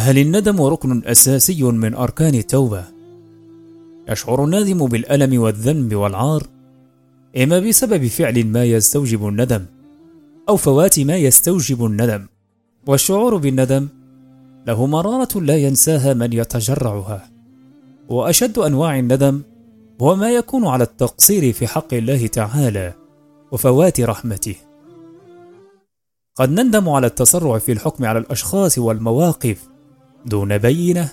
هل الندم ركن أساسي من أركان التوبة؟ يشعر النادم بالألم والذنب والعار إما بسبب فعل ما يستوجب الندم أو فوات ما يستوجب الندم، والشعور بالندم له مرارة لا ينساها من يتجرعها. وأشد أنواع الندم هو ما يكون على التقصير في حق الله تعالى وفوات رحمته. قد نندم على التسرع في الحكم على الأشخاص والمواقف دون بينة،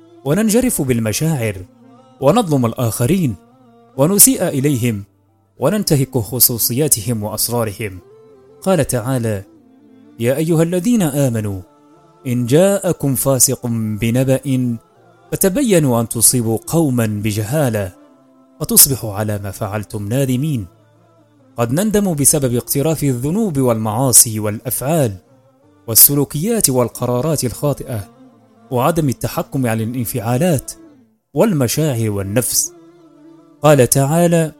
وننجرف بالمشاعر ونظلم الآخرين ونسيء إليهم وننتهك خصوصياتهم وأسرارهم. قال تعالى: يا أيها الذين آمنوا إن جاءكم فاسق بنبأ فتبينوا أن تصيبوا قوما بجهالة وتصبحوا على ما فعلتم نادمين. قد نندم بسبب اقتراف الذنوب والمعاصي والأفعال والسلوكيات والقرارات الخاطئة وعدم التحكم على الانفعالات والمشاعر والنفس. قال تعالى: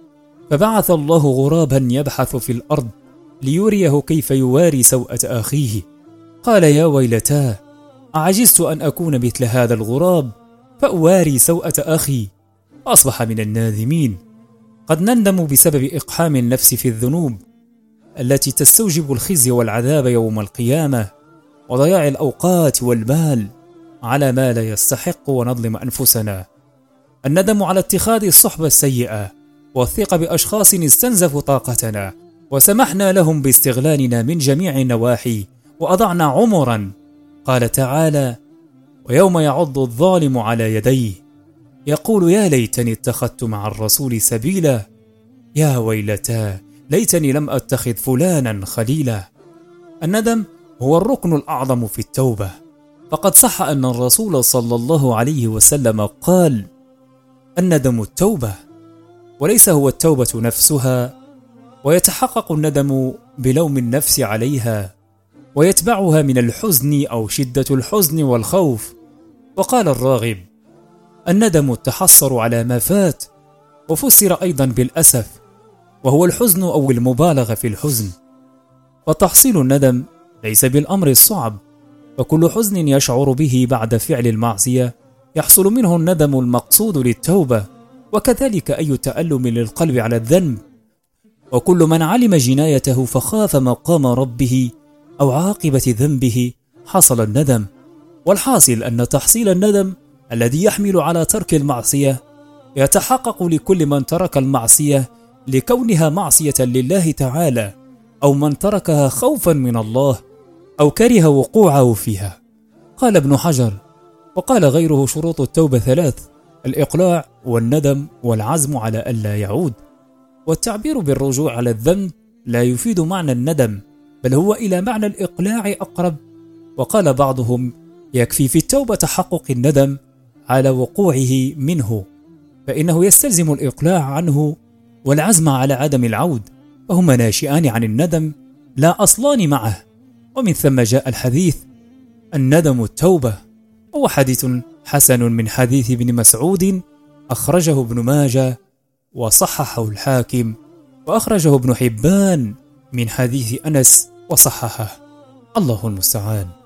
فبعث الله غرابا يبحث في الأرض ليريه كيف يواري سوءة أخيه قال يا ويلتاه أعجزت أن أكون مثل هذا الغراب فأواري سوءة أخي أصبح من النادمين. قد نندم بسبب إقحام النفس في الذنوب التي تستوجب الخزي والعذاب يوم القيامة وضياع الأوقات والمال على ما لا يستحق ونظلم أنفسنا. الندم على اتخاذ الصحبة السيئة والثقة بأشخاص استنزفوا طاقتنا وسمحنا لهم باستغلالنا من جميع النواحي وأضعنا عمرا. قال تعالى: ويوم يعض الظالم على يديه يقول يا ليتني اتخذت مع الرسول سبيلا يا ويلتاه ليتني لم أتخذ فلانا خليلا. الندم هو الركن الأعظم في التوبة، فقد صح أن الرسول صلى الله عليه وسلم قال: الندم التوبة، وليس هو التوبة نفسها، ويتحقق الندم بلوم النفس عليها ويتبعها من الحزن أو شدة الحزن والخوف. وقال الراغب: الندم التحسر على ما فات، وفسر أيضا بالأسف، وهو الحزن أو المبالغة في الحزن. وتحصيل الندم ليس بالأمر الصعب، فكل حزن يشعر به بعد فعل المعصية يحصل منه الندم المقصود للتوبة، وكذلك أي تألم للقلب على الذنب. وكل من علم جنايته فخاف مقام ربه أو عاقبة ذنبه حصل الندم. والحاصل أن تحصيل الندم الذي يحمل على ترك المعصية يتحقق لكل من ترك المعصية لكونها معصية لله تعالى، أو من تركها خوفا من الله أو كره وقوعه فيها. قال ابن حجر وقال غيره: شروط التوبة 3: الإقلاع والندم والعزم على ألا يعود. والتعبير بالرجوع على الذنب لا يفيد معنى الندم، بل هو إلى معنى الإقلاع أقرب. وقال بعضهم: يكفي في التوبة تحقق الندم على وقوعه منه، فإنه يستلزم الإقلاع عنه والعزم على عدم العود، فهما ناشئان عن الندم لا أصلان معه. ومن ثم جاء الحديث: الندم التوبة. هو حديث حسن من حديث ابن مسعود أخرجه ابن ماجه وصححه الحاكم، وأخرجه ابن حبان من حديث أنس وصححه. الله المستعان.